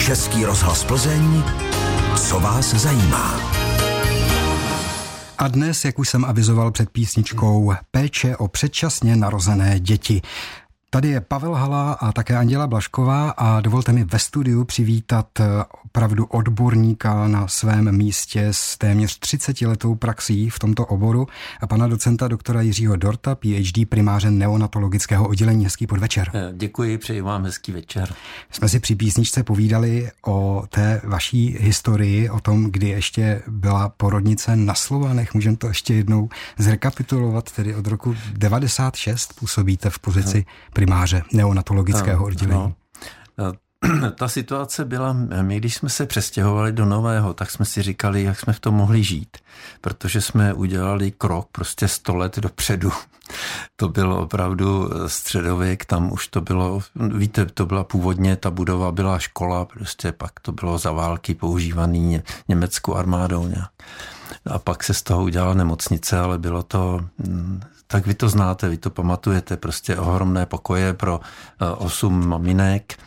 Český rozhlas Plzeň, co vás zajímá. A dnes, jak už jsem avizoval před písničkou, péče o předčasně narozené děti. Tady je Pavel Hala a také Anděla Blažková a dovolte mi ve studiu přivítat opravdu odborníka na svém místě s téměř 30letou praxí v tomto oboru a pana docenta doktora Jiřího Dorta, PhD, primáře neonatologického oddělení. Hezký podvečer. Děkuji, přeji vám hezký večer. Jsme si při písničce povídali o té vaší historii, o tom, kdy ještě byla porodnice na Slovanech. Můžeme to ještě jednou zrekapitulovat, tedy od roku 96 působíte v pozici primáře neonatologického oddělení. Ta situace byla, my když jsme se přestěhovali do nového, tak jsme si říkali, jak jsme v tom mohli žít, protože jsme udělali krok prostě 100 let dopředu. To bylo opravdu středověk, tam už to bylo, víte, to byla původně, ta budova byla škola, prostě pak to bylo za války používaný německou armádou nějak. A pak se z toho udělala nemocnice, ale bylo to, tak vy to znáte, vy to pamatujete, prostě ohromné pokoje pro 8 maminek,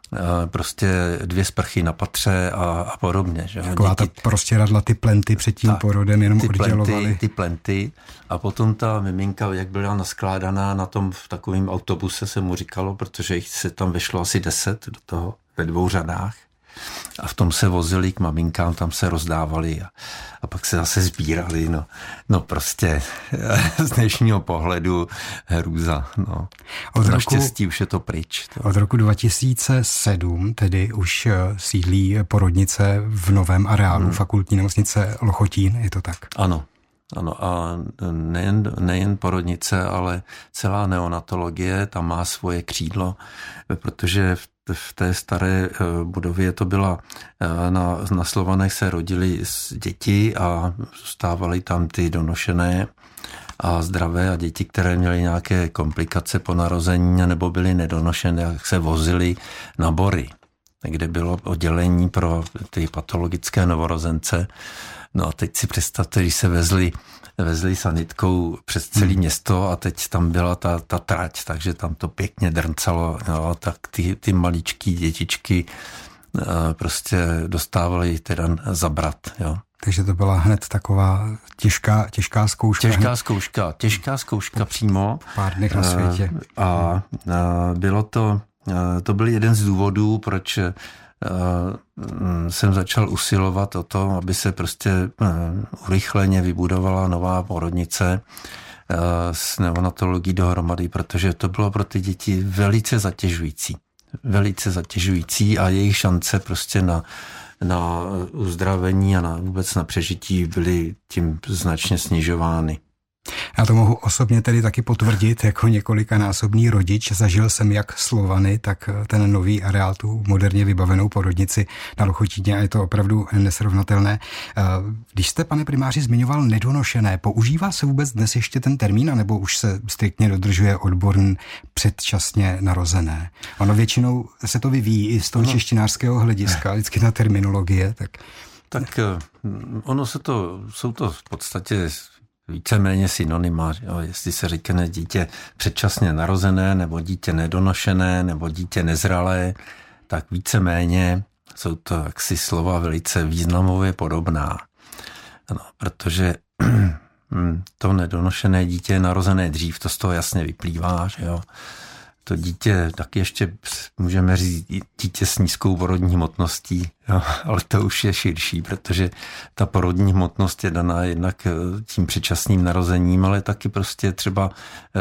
prostě 2 sprchy na patře a podobně. Že? Taková ta prostěradla, ty plenty před tím porodem jenom oddělovali. Ty plenty a potom ta miminka, jak byla naskládaná na tom v takovém autobuse, se mu říkalo, protože jich se tam vešlo asi 10 do toho ve 2 řadách. A v tom se vozili k maminkám, tam se rozdávali a pak se zase sbírali. No prostě z dnešního pohledu hrůza. No. Naštěstí už je to pryč. Od roku 2007 tedy už sídlí porodnice v novém areálu fakultní nemocnice Lochotín, je to tak? Ano. Ano, a nejen porodnice, ale celá neonatologie tam má svoje křídlo, protože v té staré budově to byla, na Slovanech se rodily děti a zůstávaly tam ty donošené a zdravé a děti, které měly nějaké komplikace po narození nebo byly nedonošené, jak se vozily na Bory, kde bylo oddělení pro ty patologické novorozence. No a teď si představte, když se vezli sanitkou přes celé město a teď tam byla ta trať, takže tam to pěkně drncalo, no, tak ty maličký dětičky prostě dostávali teda zabrat, jo. Takže to byla hned taková těžká zkouška. Těžká zkouška přímo. Pár dnech na světě. A bylo to byl jeden z důvodů, proč jsem začal usilovat o to, aby se prostě urychleně vybudovala nová porodnice s neonatologií dohromady, protože to bylo pro ty děti velice zatěžující a jejich šance prostě na uzdravení a vůbec na přežití byly tím značně snižovány. Já to mohu osobně tedy taky potvrdit jako několikanásobný rodič. Zažil jsem jak Slovany, tak ten nový areál, tu moderně vybavenou porodnici na Lochotíně a je to opravdu nesrovnatelné. Když jste, pane primáři, zmiňoval nedonošené, používá se vůbec dnes ještě ten termín, anebo už se striktně dodržuje odborný předčasně narozené? Ono většinou se to vyvíjí i z toho češtinářského hlediska, vždycky na terminologie. Tak ono jsou to v podstatě víceméně synonyma, jestli se řekne dítě předčasně narozené, nebo dítě nedonošené, nebo dítě nezralé, tak víceméně jsou to jaksi slova velice významově podobná. No, protože to nedonošené dítě je narozené dřív, to z toho jasně vyplývá, že jo. To dítě, tak ještě můžeme říct dítě s nízkou porodní hmotností, jo, ale to už je širší, protože ta porodní hmotnost je daná jednak tím předčasným narozením, ale taky prostě třeba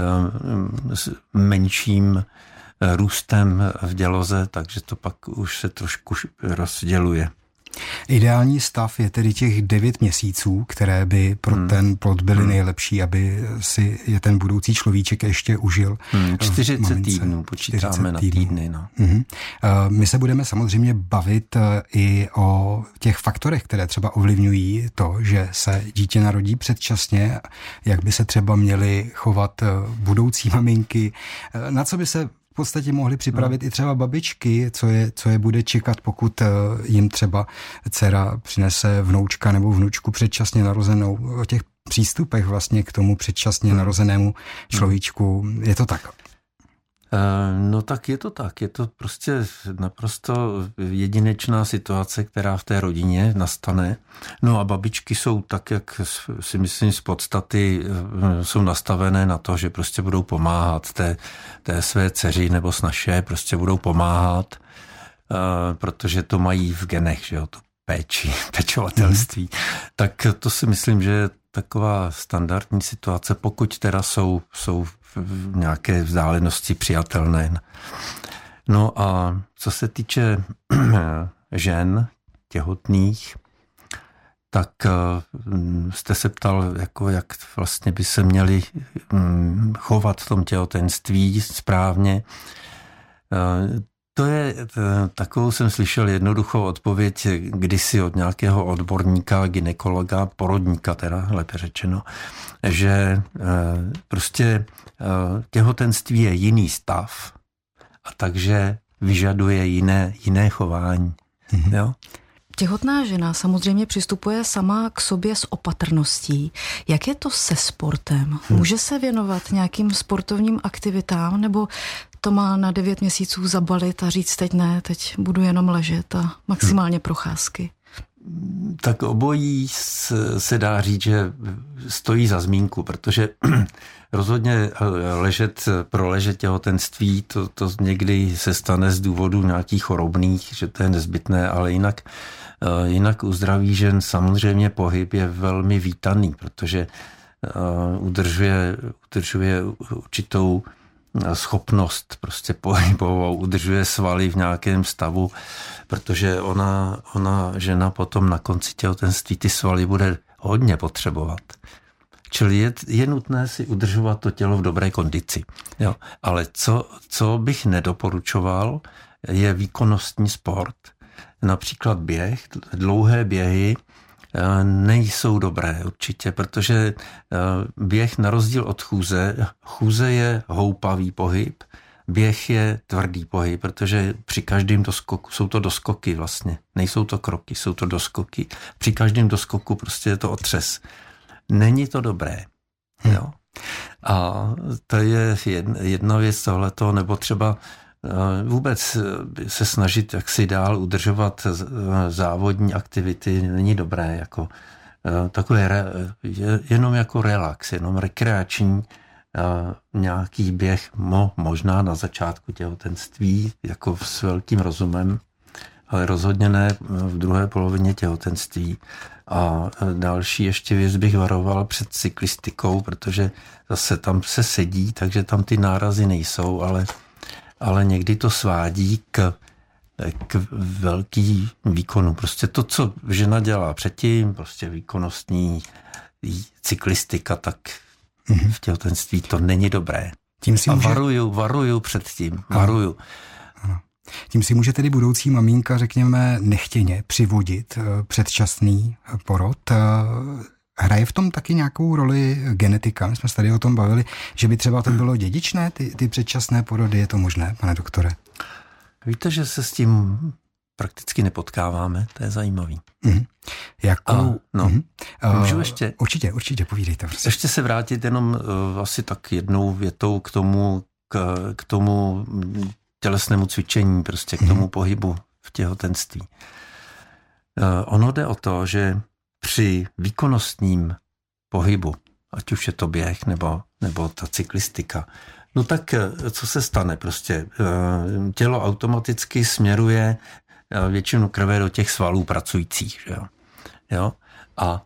menším růstem v děloze, takže to pak už se trošku rozděluje. Ideální stav je tedy těch 9 měsíců, které by pro ten plod byly nejlepší, aby si je ten budoucí človíček ještě užil. 40 týdnů, počítáme na týdny. No. My se budeme samozřejmě bavit i o těch faktorech, které třeba ovlivňují to, že se dítě narodí předčasně, jak by se třeba měly chovat budoucí maminky, na co by se v podstatě mohli připravit i třeba babičky, co je bude čekat, pokud jim třeba dcera přinese vnoučka nebo vnučku předčasně narozenou. O těch přístupech vlastně k tomu předčasně narozenému človíčku. Je to tak? No tak je to tak. Je to prostě naprosto jedinečná situace, která v té rodině nastane. No a babičky jsou tak, jak si myslím z podstaty, jsou nastavené na to, že prostě budou pomáhat té své dceři nebo snaše, prostě budou pomáhat, protože to mají v genech, že jo, to pečovatelství. Tak to si myslím, že je taková standardní situace, pokud teda jsou v nějaké vzdálenosti přijatelné. No a co se týče žen těhotných, tak jste se ptal, jako jak vlastně by se měli chovat v tom těhotenství správně. To je, takovou jsem slyšel jednoduchou odpověď kdysi od nějakého odborníka, gynekologa, porodníka teda, lépe řečeno, že prostě těhotenství je jiný stav a takže vyžaduje jiné chování. Mm-hmm. Jo? Těhotná žena samozřejmě přistupuje sama k sobě s opatrností. Jak je to se sportem? Může se věnovat nějakým sportovním aktivitám, nebo to má na 9 měsíců zabalit a říct teď ne, teď budu jenom ležet a maximálně procházky? Tak obojí se dá říct, že stojí za zmínku, protože rozhodně proležet těhotenství, to někdy se stane z důvodu nějakých chorobných, že to je nezbytné, ale jinak u zdraví žen samozřejmě pohyb je velmi vítaný, protože udržuje určitou schopnost prostě pohybovou, udržuje svaly v nějakém stavu, protože ona žena potom na konci těhotenství ty svaly bude hodně potřebovat. Čili je nutné si udržovat to tělo v dobré kondici. Jo. Ale co bych nedoporučoval, je výkonnostní sport. Například běh, dlouhé běhy nejsou dobré určitě, protože běh na rozdíl od chůze je houpavý pohyb, běh je tvrdý pohyb, protože při každém doskoku, jsou to doskoky vlastně, nejsou to kroky, jsou to doskoky, při každém doskoku prostě je to otřes. Není to dobré. Jo? A to je jedna věc tohleto, nebo třeba vůbec se snažit jaksi dál udržovat závodní aktivity není dobré, jako takové jenom jako relax, jenom rekreační nějaký běh, možná na začátku těhotenství, jako s velkým rozumem, ale rozhodně ne v druhé polovině těhotenství. A další ještě věc bych varoval před cyklistikou, protože zase tam se sedí, takže tam ty nárazy nejsou, ale někdy to svádí k velký výkonu. Prostě to, co žena dělá předtím, prostě výkonnostní cyklistika, tak v těhotenství to není dobré. Varuju před tím. Varuju. Ano. Tím si může tedy budoucí maminka, řekněme, nechtěně přivodit předčasný porod. Hraje v tom taky nějakou roli genetika? My jsme se tady o tom bavili, že by třeba to bylo dědičné, ty předčasné porody. Je to možné, pane doktore? Víte, že se s tím prakticky nepotkáváme, to je zajímavý. Můžu ještě? Určitě, povídejte. Prostě. Ještě se vrátit jenom asi tak jednou větou k tomu tělesnému cvičení, prostě k tomu pohybu v těhotenství. Ono jde o to, že při výkonnostním pohybu, ať už je to běh nebo ta cyklistika, no tak co se stane? Prostě tělo automaticky směruje většinu krve do těch svalů pracujících. Že jo? A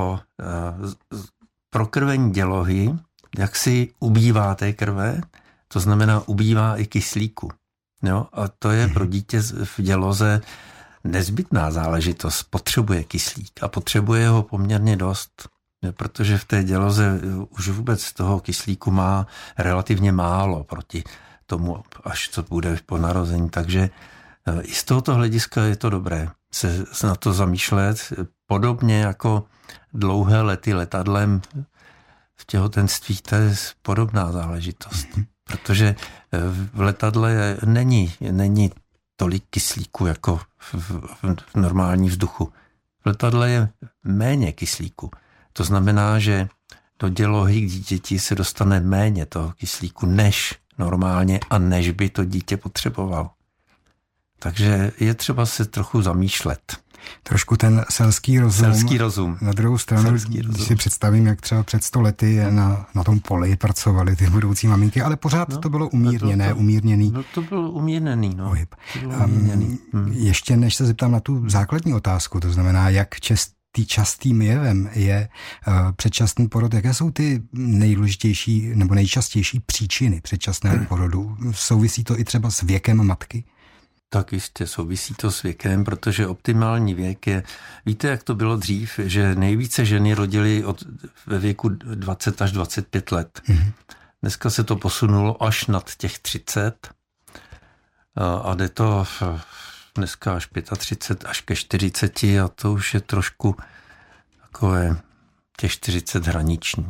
pro krvení dělohy, jak si ubývá té krve, to znamená ubývá i kyslíku. Jo? A to je pro dítě v děloze nezbytná záležitost. Potřebuje kyslík a potřebuje ho poměrně dost, protože v té děloze už vůbec toho kyslíku má relativně málo proti tomu, až co bude po narození. Takže i z tohoto hlediska je to dobré se na to zamýšlet. Podobně jako dlouhé lety letadlem v těhotenství, to je podobná záležitost. Protože v letadle není tolik kyslíku jako v normální vzduchu. V letadle je méně kyslíku. To znamená, že do dělohy k dítěti se dostane méně toho kyslíku než normálně a než by to dítě potřebovalo. Takže je třeba se trochu zamýšlet. Trošku ten selský rozum. Na druhou stranu, když si představím, jak třeba před 100 lety na tom poli pracovaly ty budoucí maminky, ale pořád to bylo umírněný. No to bylo umírněný, no. Pohyb. Ještě než se zeptám na tu základní otázku, to znamená, jak častým jevem je předčasný porod, jaké jsou ty nejdůležitější nebo nejčastější příčiny předčasného porodu? Souvisí to i třeba s věkem matky? Tak jistě souvisí to s věkem, protože optimální věk je, víte, jak to bylo dřív, že nejvíce ženy rodily ve věku 20 až 25 let. Dneska se to posunulo až nad těch 30 a jde to dneska až 35 až ke 40 a to už je trošku takové těch 40 hraniční.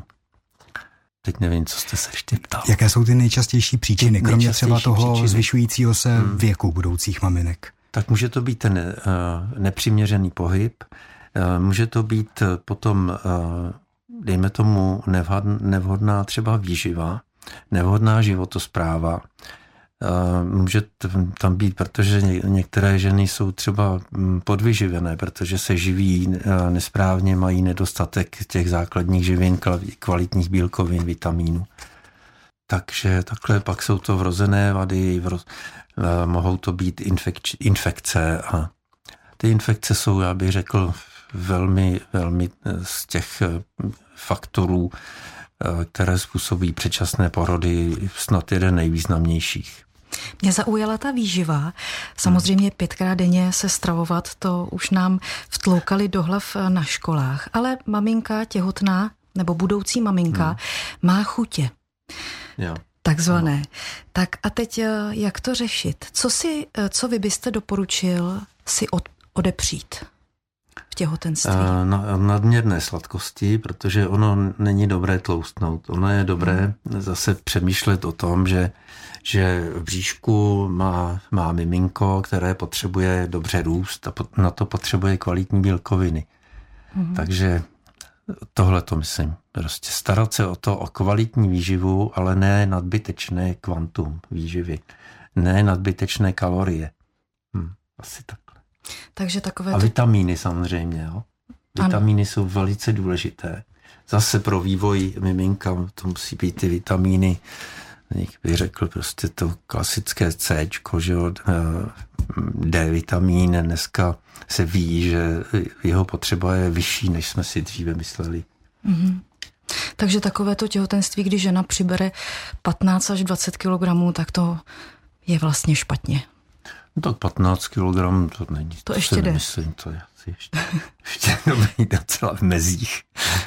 Teď nevím, co jste se ještě ptal. Jaké jsou ty nejčastější příčiny, kromě třeba toho zvyšujícího se věku budoucích maminek? Tak může to být ten nepřiměřený pohyb, může to být potom, dejme tomu, nevhodná třeba výživa, nevhodná životospráva. Může tam být, protože některé ženy jsou třeba podvyživené, protože se živí nesprávně, mají nedostatek těch základních živin, kvalitních bílkovin, vitamínů. Takže takhle pak jsou to vrozené vady, mohou to být infekce a ty infekce jsou, já bych řekl, velmi, velmi z těch faktorů, které způsobí předčasné porody, snad jeden nejvýznamnějších. Mě zaujala ta výživa. Samozřejmě 5krát denně se stravovat, to už nám vtloukali do hlav na školách. Ale maminka těhotná, nebo budoucí maminka, má chutě. Jo. Takzvané. Tak a teď jak to řešit? Co vy byste doporučil si odepřít v těhotenství? Nadměrné sladkosti, protože ono není dobré tloustnout. Ono je dobré zase přemýšlet o tom, že v bříšku má miminko, které potřebuje dobře růst a na to potřebuje kvalitní bílkoviny. Takže tohle to myslím. Prostě starat se o kvalitní výživu, ale ne nadbytečné kvantum výživy. Ne nadbytečné kalorie. Asi takhle. Takže takové a vitamíny samozřejmě. Jo? Vitamíny jsou velice důležité. Zase pro vývoj miminka to musí být ty vitamíny, jak bych řekl, prostě to klasické C-čko, že jo, D vitamín. Dneska se ví, že jeho potřeba je vyšší, než jsme si dříve mysleli. Takže takovéto těhotenství, když žena přibere 15 až 20 kilogramů, tak to je vlastně špatně. No tak 15 kilogramů to není. To ještě jde. Myslím, to je asi ještě dobrý, docela v mezích.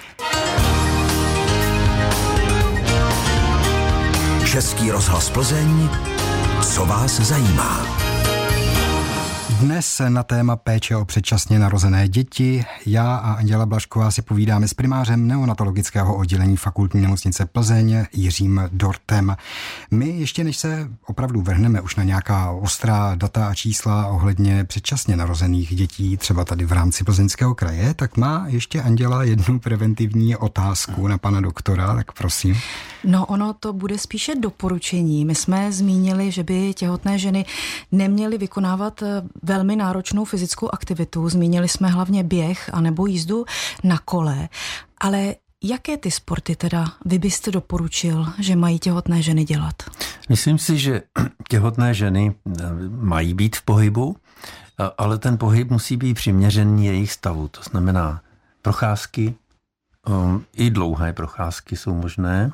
Český rozhlas Plzeň, co vás zajímá? Dnes na téma péče o předčasně narozené děti já a Anděla Blažková si povídáme s primářem neonatologického oddělení Fakultní nemocnice Plzeň Jiřím Dortem. My ještě než se opravdu vrhneme už na nějaká ostrá data a čísla ohledně předčasně narozených dětí, třeba tady v rámci Plzeňského kraje, tak má ještě Anděla jednu preventivní otázku na pana doktora, tak prosím. No ono to bude spíše doporučení. My jsme zmínili, že by těhotné ženy neměly vykonávat velmi náročnou fyzickou aktivitu. Zmínili jsme hlavně běh anebo jízdu na kole. Ale jaké ty sporty teda vy byste doporučil, že mají těhotné ženy dělat? Myslím si, že těhotné ženy mají být v pohybu, ale ten pohyb musí být přiměřený jejich stavu. To znamená procházky, i dlouhé procházky jsou možné.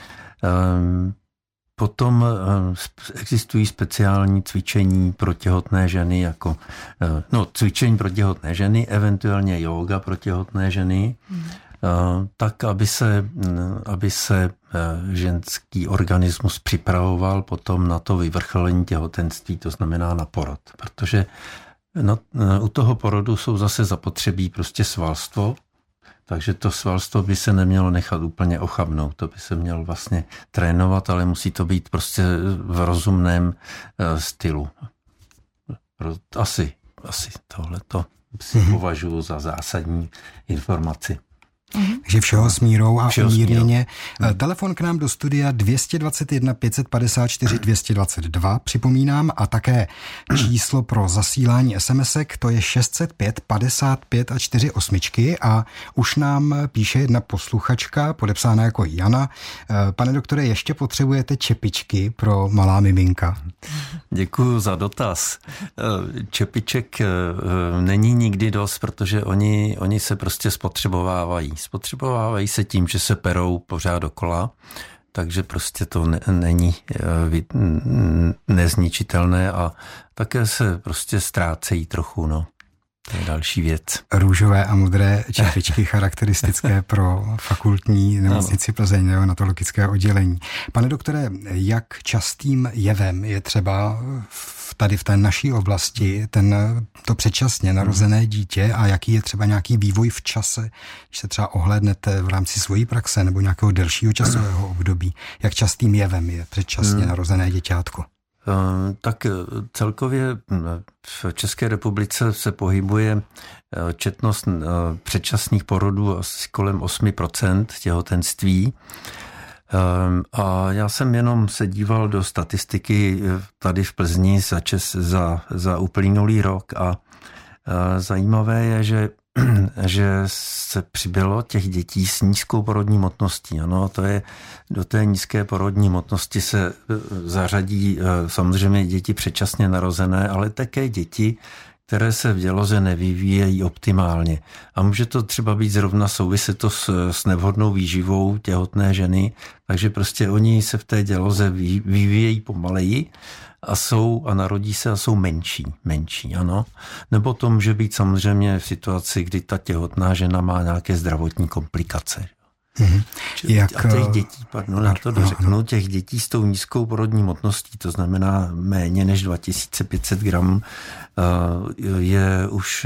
Potom existují speciální cvičení pro těhotné ženy, jako cvičení pro těhotné ženy, eventuálně jóga pro těhotné ženy, tak, aby se ženský organismus připravoval potom na to vyvrcholení těhotenství, to znamená na porod. Protože u toho porodu jsou zase zapotřebí prostě svalstvo, takže to svalstvo by se nemělo nechat úplně ochabnout, to by se mělo vlastně trénovat, ale musí to být prostě v rozumném stylu. Asi tohleto si považuji za zásadní informaci. Takže všeho s mírou a umírněně. Telefon k nám do studia 221 554 222, připomínám, a také číslo pro zasílání SMSek, to je 605 55 a 48. A už nám píše jedna posluchačka, podepsána jako Jana. Pane doktore, ještě potřebujete čepičky pro malá miminka? Děkuju za dotaz. Čepiček není nikdy dost, protože oni se prostě spotřebovávají. Spotřebovávají se tím, že se perou pořád dokola, takže prostě to není nezničitelné a také se prostě ztrácejí trochu, no. To je další věc. Růžové a modré čepičky charakteristické pro fakultní nemocnici Plzeň, neonatologické oddělení. Pane doktore, jak častým jevem je třeba tady v té naší oblasti to předčasně narozené dítě a jaký je třeba nějaký vývoj v čase, když se třeba ohlédnete v rámci svojí praxe nebo nějakého delšího časového období, jak častým jevem je předčasně narozené děťátko? Tak celkově v České republice se pohybuje četnost předčasných porodů asi kolem 8% těhotenství. A já jsem jenom se díval do statistiky tady v Plzni za uplynulý rok a zajímavé je, že se přibylo těch dětí s nízkou porodní hmotností. Ano, to je, do té nízké porodní hmotnosti se zařadí samozřejmě děti předčasně narozené, ale také děti, které se v děloze nevyvíjejí optimálně. A může to třeba být zrovna souviset to s nevhodnou výživou těhotné ženy, takže prostě oni se v té děloze vyvíjejí pomaleji a narodí se a jsou menší, ano. Nebo to může být samozřejmě v situaci, kdy ta těhotná žena má nějaké zdravotní komplikace. A těch dětí, těch dětí s tou nízkou porodní hmotností, to znamená méně než 2500 gramů, je už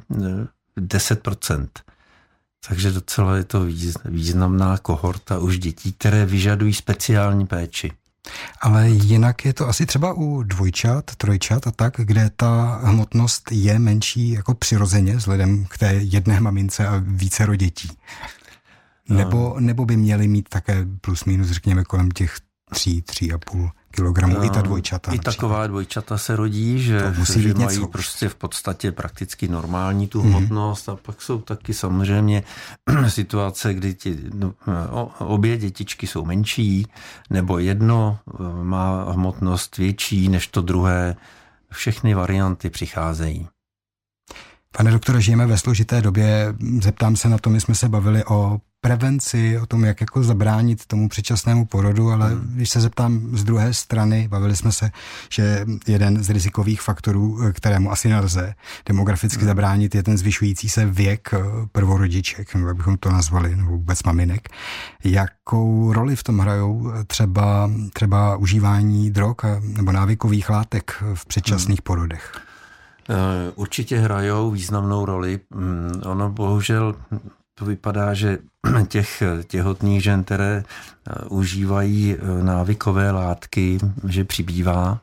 10%. Takže docela je to významná kohorta už dětí, které vyžadují speciální péči. Ale jinak je to asi třeba u dvojčat, trojčat a tak, kde ta hmotnost je menší jako přirozeně vzhledem k té jedné mamince a vícero dětí. Nebo by měly mít také plus minus, řekněme, kolem těch 3,5 kilogramů i ta dvojčata. I taková dvojčata se rodí, že mají prostě v podstatě prakticky normální tu hmotnost a pak jsou taky samozřejmě situace, kdy obě dětičky jsou menší, nebo jedno má hmotnost větší než to druhé. Všechny varianty přicházejí. Pane doktore, žijeme ve složité době, zeptám se na to, my jsme se bavili o prevenci, o tom, jak jako zabránit tomu předčasnému porodu, ale když se zeptám z druhé strany, bavili jsme se, že jeden z rizikových faktorů, kterému asi nelze demograficky zabránit, je ten zvyšující se věk prvorodiček, nebo jak bychom to nazvali, nebo vůbec maminek. Jakou roli v tom hrajou třeba užívání drog nebo návykových látek v předčasných porodech? Určitě hrajou významnou roli. Ono bohužel to vypadá, že těch těhotných žen, které užívají návykové látky, že přibývá.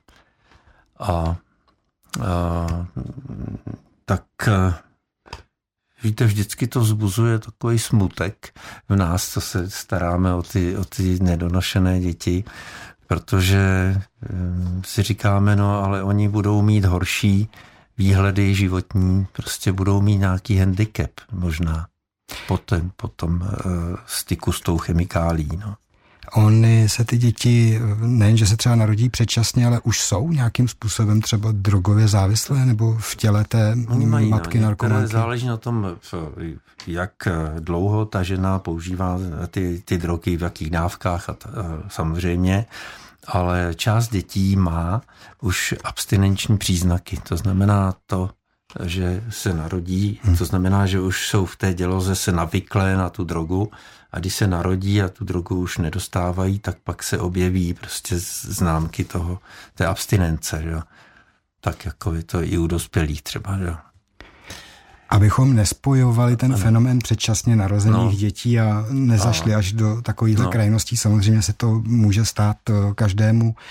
Tak víte, vždycky to vzbuzuje takový smutek v nás, co se staráme o ty nedonošené děti, protože si říkáme, no ale oni budou mít horší výhledy životní, prostě budou mít nějaký handicap možná po tom styku s tou chemikálí. No. Oni se ty děti, nejenže se třeba narodí předčasně, ale už jsou nějakým způsobem třeba drogově závislé nebo v těle té matky narkomanky? Záleží na tom, jak dlouho ta žena používá ty drogy, v jakých dávkách samozřejmě. Ale část dětí má už abstinenční příznaky. To znamená to, že se narodí, to znamená, že už jsou v té děloze se navyklé na tu drogu a když se narodí a tu drogu už nedostávají, tak pak se objeví prostě známky té abstinence. Že? Tak jako je to i u dospělých třeba. Že? Abychom nespojovali ten fenomén předčasně narozených dětí a nezašli až do takovýchhle krajností. Samozřejmě se to může stát každému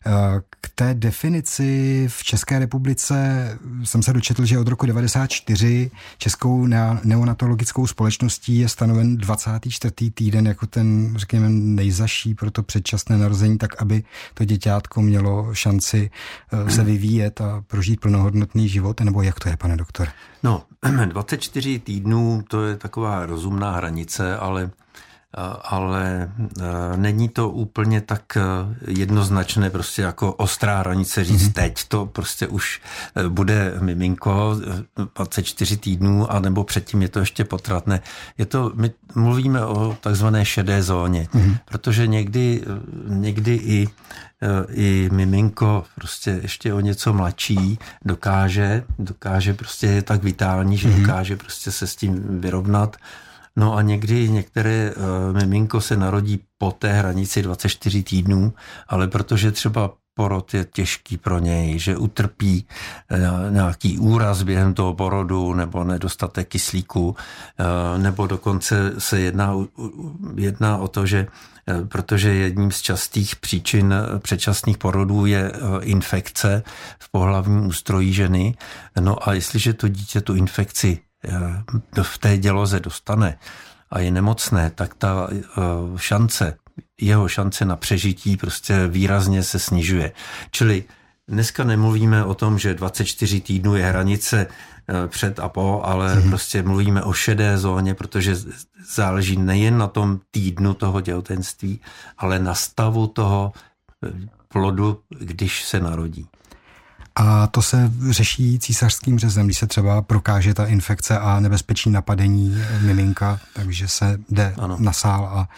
K té definici v České republice jsem se dočetl, že od roku 1994 Českou neonatologickou společností je stanoven 24. týden jako ten, řekněme, nejzazší pro to předčasné narození, tak aby to děťátko mělo šanci se vyvíjet a prožít plnohodnotný život, nebo jak to je, pane doktore? No, 24 týdnů, to je taková rozumná hranice, ale není to úplně tak jednoznačné, prostě jako ostrá hranice říct teď, to prostě už bude miminko 24 týdnů, anebo předtím je to ještě potratné. My mluvíme o takzvané šedé zóně, protože někdy i miminko prostě ještě o něco mladší dokáže prostě je tak vitální, že dokáže prostě se s tím vyrovnat. No a některé miminko se narodí po té hranici 24 týdnů, ale protože třeba porod je těžký pro něj, že utrpí nějaký úraz během toho porodu nebo nedostatek kyslíku, nebo dokonce se jedná o to, že protože jedním z častých příčin předčasných porodů je infekce v pohlavním ústrojí ženy. No a jestliže to dítě tu infekci v té děloze dostane a je nemocné, tak ta jeho šance na přežití prostě výrazně se snižuje. Čili dneska nemluvíme o tom, že 24 týdnů je hranice před a po, ale prostě mluvíme o šedé zóně, protože záleží nejen na tom týdnu toho těhotenství, ale na stavu toho plodu, když se narodí. A to se řeší císařským řezem, když se třeba prokáže ta infekce a nebezpečí napadení miminka, takže se jde na sál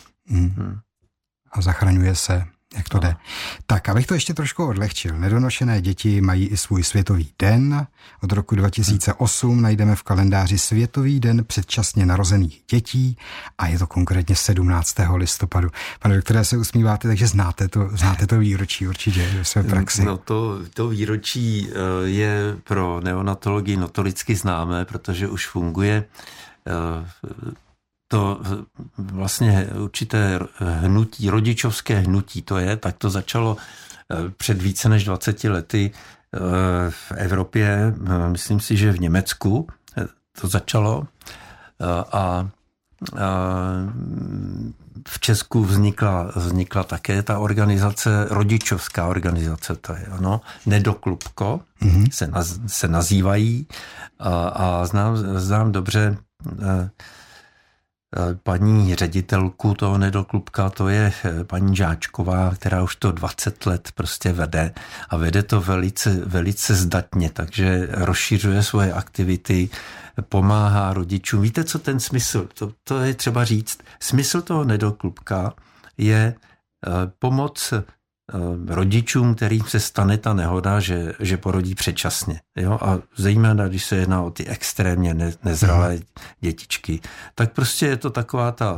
a zachraňuje se, jak to jde. Tak, abych to ještě trošku odlehčil. Nedonošené děti mají i svůj světový den. Od roku 2008 najdeme v kalendáři Světový den předčasně narozených dětí a je to konkrétně 17. listopadu. Pane doktore, se usmíváte, takže znáte to výročí určitě ve své praxi. No to výročí je pro neonatologii notoricky známé, protože už funguje to vlastně určité hnutí, rodičovské hnutí tak to začalo před více než 20 lety v Evropě, myslím si, že v Německu to začalo a v Česku vznikla také ta organizace, rodičovská organizace, to je Nedoklubko, se nazývají a znám dobře paní ředitelku toho Nedoklubka, to je paní Žáčková, která už to 20 let prostě vede a vede to velice, velice zdatně, takže rozšiřuje svoje aktivity, pomáhá rodičům. Víte, co ten smysl? To je třeba říct. Smysl toho Nedoklubka je pomoc rodičům, kterým se stane ta nehoda, že porodí předčasně. Jo? A zejména, když se jedná o ty extrémně nezralé dětičky, tak prostě je to taková ta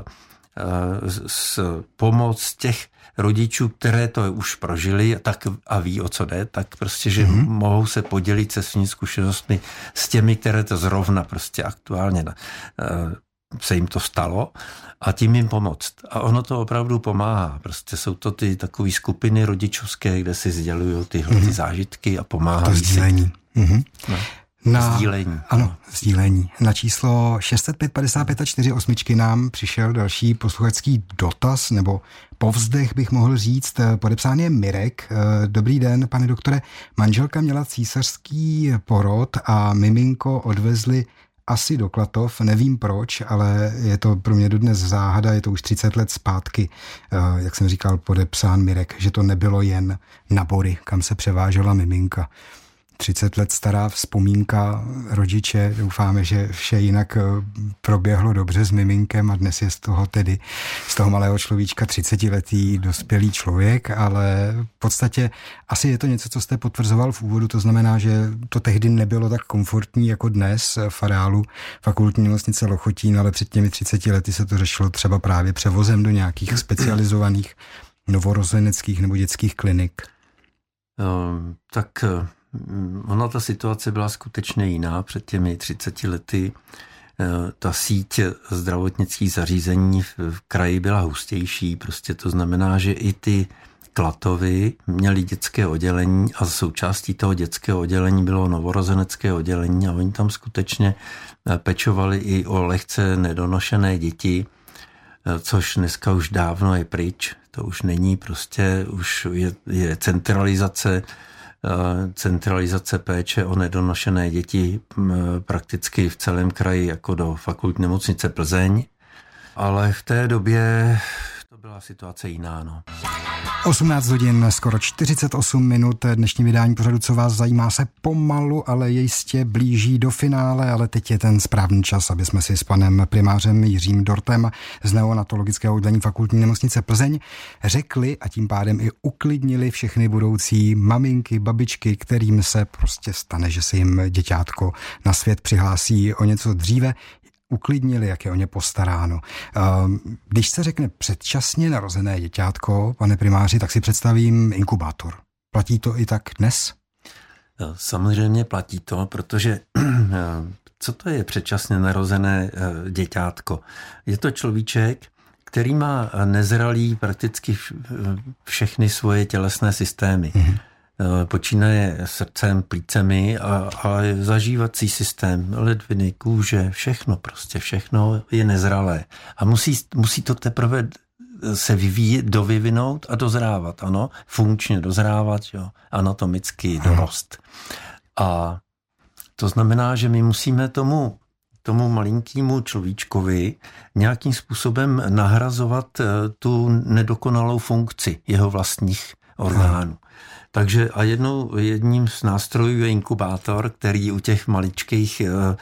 pomoc těch rodičů, které to už prožili a ví, o co jde, tak prostě, že mohou se podělit se svými zkušenostmi s těmi, které to zrovna prostě aktuálně se jim to stalo a tím jim pomoct. A ono to opravdu pomáhá. Prostě jsou to ty takové skupiny rodičovské, kde si sdělují tyhle ty zážitky a pomáhají. To sdílení. Sdílení. Ano, sdílení. Na číslo 605 55 48 nám přišel další posluchačský dotaz, nebo povzdech bych mohl říct. Podepsán je Mirek. Dobrý den, pane doktore. Manželka měla císařský porod a miminko odvezli asi do Klatov, nevím proč, ale je to pro mě dodnes záhada, je to už 30 let zpátky, jak jsem říkal, podepsán Mirek, že to nebylo jen na Bory, kam se převážela miminka. 30 let stará vzpomínka rodiče, doufáme, že vše jinak proběhlo dobře s miminkem a dnes je z toho malého človíčka 30letý dospělý člověk, ale v podstatě asi je to něco, co jste potvrzoval v úvodu, to znamená, že to tehdy nebylo tak komfortní jako dnes v areálu fakultní nemocnice Lochotín, ale před těmi 30 lety se to řešilo třeba právě převozem do nějakých specializovaných novorozeneckých nebo dětských klinik. Ona ta situace byla skutečně jiná před těmi 30 lety. Ta síť zdravotnických zařízení v kraji byla hustější, prostě to znamená, že i ty Klatovi měli dětské oddělení a součástí toho dětského oddělení bylo novorozenecké oddělení a oni tam skutečně pečovali i o lehce nedonošené děti, což dneska už dávno je pryč. To už není prostě, už je centralizace péče o nedonošené děti prakticky v celém kraji jako do fakultní nemocnice Plzeň. Ale v té době to byla situace jiná. No. 18 hodin, skoro 48 minut. Dnešní vydání pořadu Co vás zajímá se pomalu, ale jistě blíží do finále, ale teď je ten správný čas, aby jsme si s panem primářem Jiřím Dortem z neonatologického oddělení fakultní nemocnice Plzeň řekli a tím pádem i uklidnili všechny budoucí maminky, babičky, kterým se prostě stane, že se jim děťátko na svět přihlásí o něco dříve. Uklidnili, jak je o ně postaráno. Když se řekne předčasně narozené děťátko, pane primáři, tak si představím inkubátor. Platí to i tak dnes? Samozřejmě platí to, protože co to je předčasně narozené děťátko? Je to človíček, který má nezralý prakticky všechny svoje tělesné systémy. Počínaje srdcem, plícemi a zažívací systém, ledviny, kůže, všechno je nezralé. A musí to teprve se dovyvinout a dozrávat, ano, funkčně dozrávat, jo, anatomicky dorost. A to znamená, že my musíme tomu malinkému človíčkovi nějakým způsobem nahrazovat tu nedokonalou funkci jeho vlastních orgánů. Takže a jedním z nástrojů je inkubátor, který u těch maličkých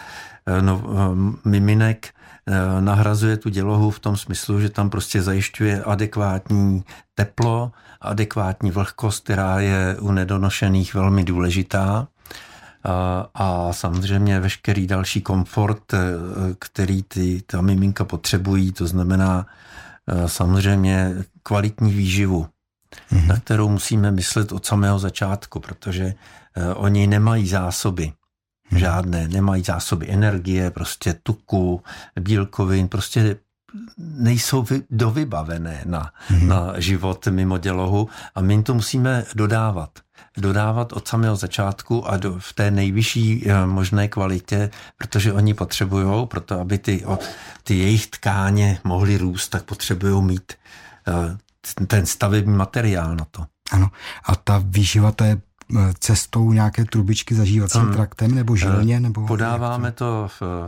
miminek nahrazuje tu dělohu v tom smyslu, že tam prostě zajišťuje adekvátní teplo, adekvátní vlhkost, která je u nedonošených velmi důležitá. A samozřejmě veškerý další komfort, který ta miminka potřebují, to znamená samozřejmě kvalitní výživu, na kterou musíme myslet od samého začátku, protože oni nemají zásoby. Žádné, nemají zásoby energie, prostě tuku, bílkovin, prostě nejsou dovybavené na život mimo dělohu a my jim to musíme dodávat od samého začátku a v té nejvyšší možné kvalitě, protože oni potřebujou, proto aby ty jejich tkáně mohly růst, tak potřebují mít ten stavební materiál na to. Ano. A ta výživa, to je cestou nějaké trubičky zažívacím traktem nebo žilně? Nebo podáváme to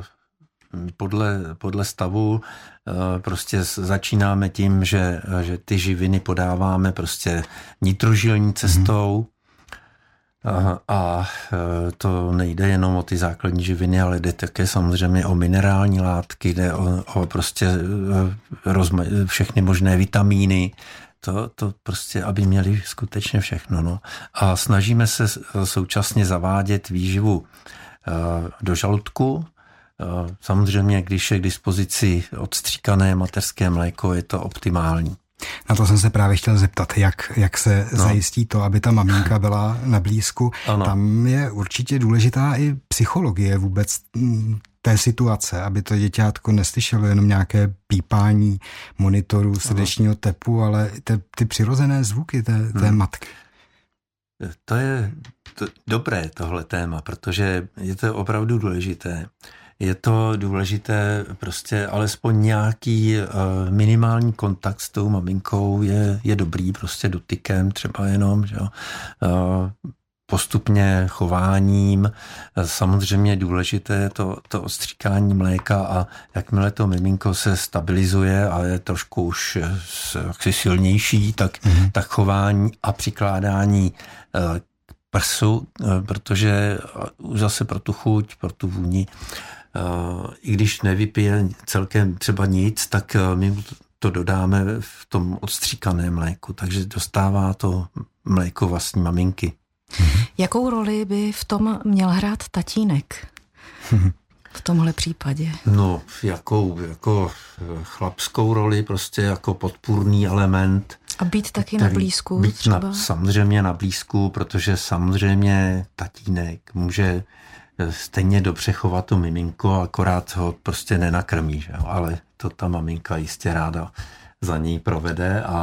podle stavu. Prostě začínáme tím, že ty živiny podáváme prostě nitrožilní cestou. A to nejde jenom o ty základní živiny, ale jde také samozřejmě o minerální látky, jde o prostě všechny možné vitamíny, to prostě, aby měli skutečně všechno. No. A snažíme se současně zavádět výživu do žaludku. Samozřejmě, když je k dispozici odstříkané mateřské mléko, je to optimální. Na to jsem se právě chtěl zeptat, jak se zajistí to, aby ta maminka byla na blízku. Ano. Tam je určitě důležitá i psychologie vůbec té situace, aby to děťátko neslyšelo jenom nějaké pípání monitoru srdečního tepu, ale ty přirozené zvuky té matky. To je dobré tohle téma, protože je to opravdu důležité. Je to důležité, prostě alespoň nějaký minimální kontakt s tou maminkou je dobrý, prostě dotykem třeba jenom, že jo. Postupně chováním. Samozřejmě je důležité to odstříkání mléka a jakmile to miminko se stabilizuje a je trošku už jaksi silnější, tak chování a přikládání prsu, protože zase pro tu chuť, pro tu vůni, i když nevypije celkem třeba nic, tak my to dodáme v tom odstříkaném mléku, takže dostává to mléko vlastní maminky. Jakou roli by v tom měl hrát tatínek v tomhle případě? No, jako chlapskou roli, prostě jako podpůrný element. A být taky na blízku třeba? Samozřejmě na blízku, protože samozřejmě tatínek může stejně dobře chovat to miminko, akorát ho prostě nenakrmí, že jo? Ale to ta maminka jistě ráda za ní provede a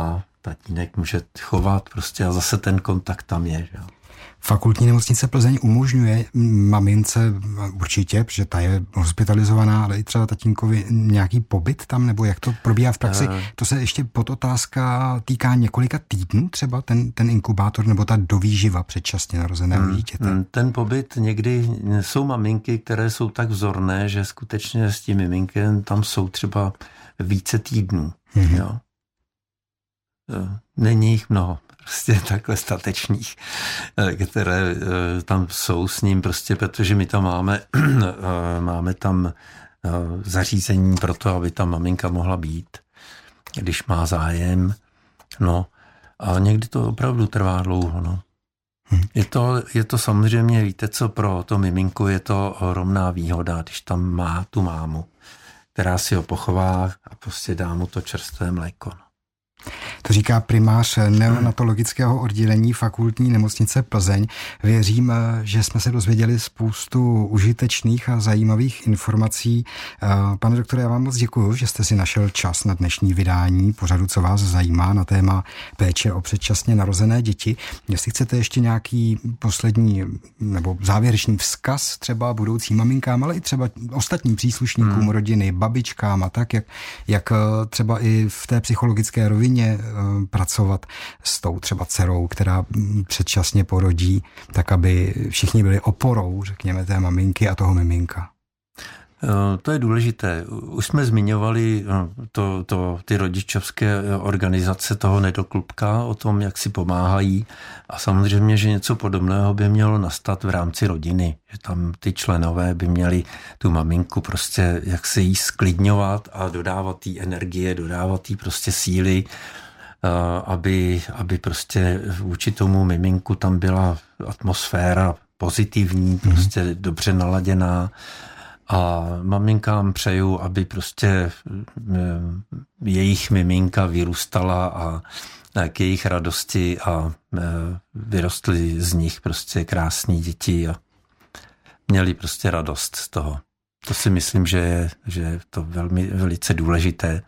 tatínek může chovat prostě a zase ten kontakt tam je. Že? Fakultní nemocnice Plzeň umožňuje mamince určitě, protože ta je hospitalizovaná, ale i třeba tatínkovi nějaký pobyt tam, nebo jak to probíhá v praxi? To se ještě podotázka týká několika týdnů třeba ten inkubátor nebo ta dovýživa předčasně narozeného dítěte? Ten pobyt někdy jsou maminky, které jsou tak vzorné, že skutečně s tím miminkem tam jsou třeba více týdnů. Jo? Není jich mnoho. Prostě takhle statečných, které tam jsou s ním, prostě protože my tam máme tam zařízení pro to, aby ta maminka mohla být, když má zájem. No a někdy to opravdu trvá dlouho. No. Je to samozřejmě, víte co, pro to miminku je to ohromná výhoda, když tam má tu mámu, která si ho pochová a prostě dá mu to čerstvé mléko. No. To říká primář neonatologického oddělení Fakultní nemocnice Plzeň. Věřím, že jsme se dozvěděli spoustu užitečných a zajímavých informací. Pane doktore, já vám moc děkuju, že jste si našel čas na dnešní vydání pořadu Co vás zajímá na téma péče o předčasně narozené děti. Jestli chcete ještě nějaký poslední nebo závěrečný vzkaz třeba budoucím maminkám, ale i třeba ostatním příslušníkům rodiny, babičkám a tak, jak třeba i v té psychologické rovině pracovat s tou třeba dcerou, která předčasně porodí, tak aby všichni byli oporou, řekněme, té maminky a toho miminka. To je důležité. Už jsme zmiňovali ty rodičovské organizace toho Nedoklubka, o tom, jak si pomáhají a samozřejmě, že něco podobného by mělo nastat v rámci rodiny, že tam ty členové by měli tu maminku prostě jak se jí sklidňovat a dodávat jí energie, dodávat jí prostě síly, aby prostě vůči tomu miminku tam byla atmosféra pozitivní, prostě dobře naladěná. A maminkám přeju, aby prostě jejich miminka vyrůstala a k jejich radosti a vyrostly z nich prostě krásní děti a měli prostě radost z toho. To si myslím, že je to velice důležité.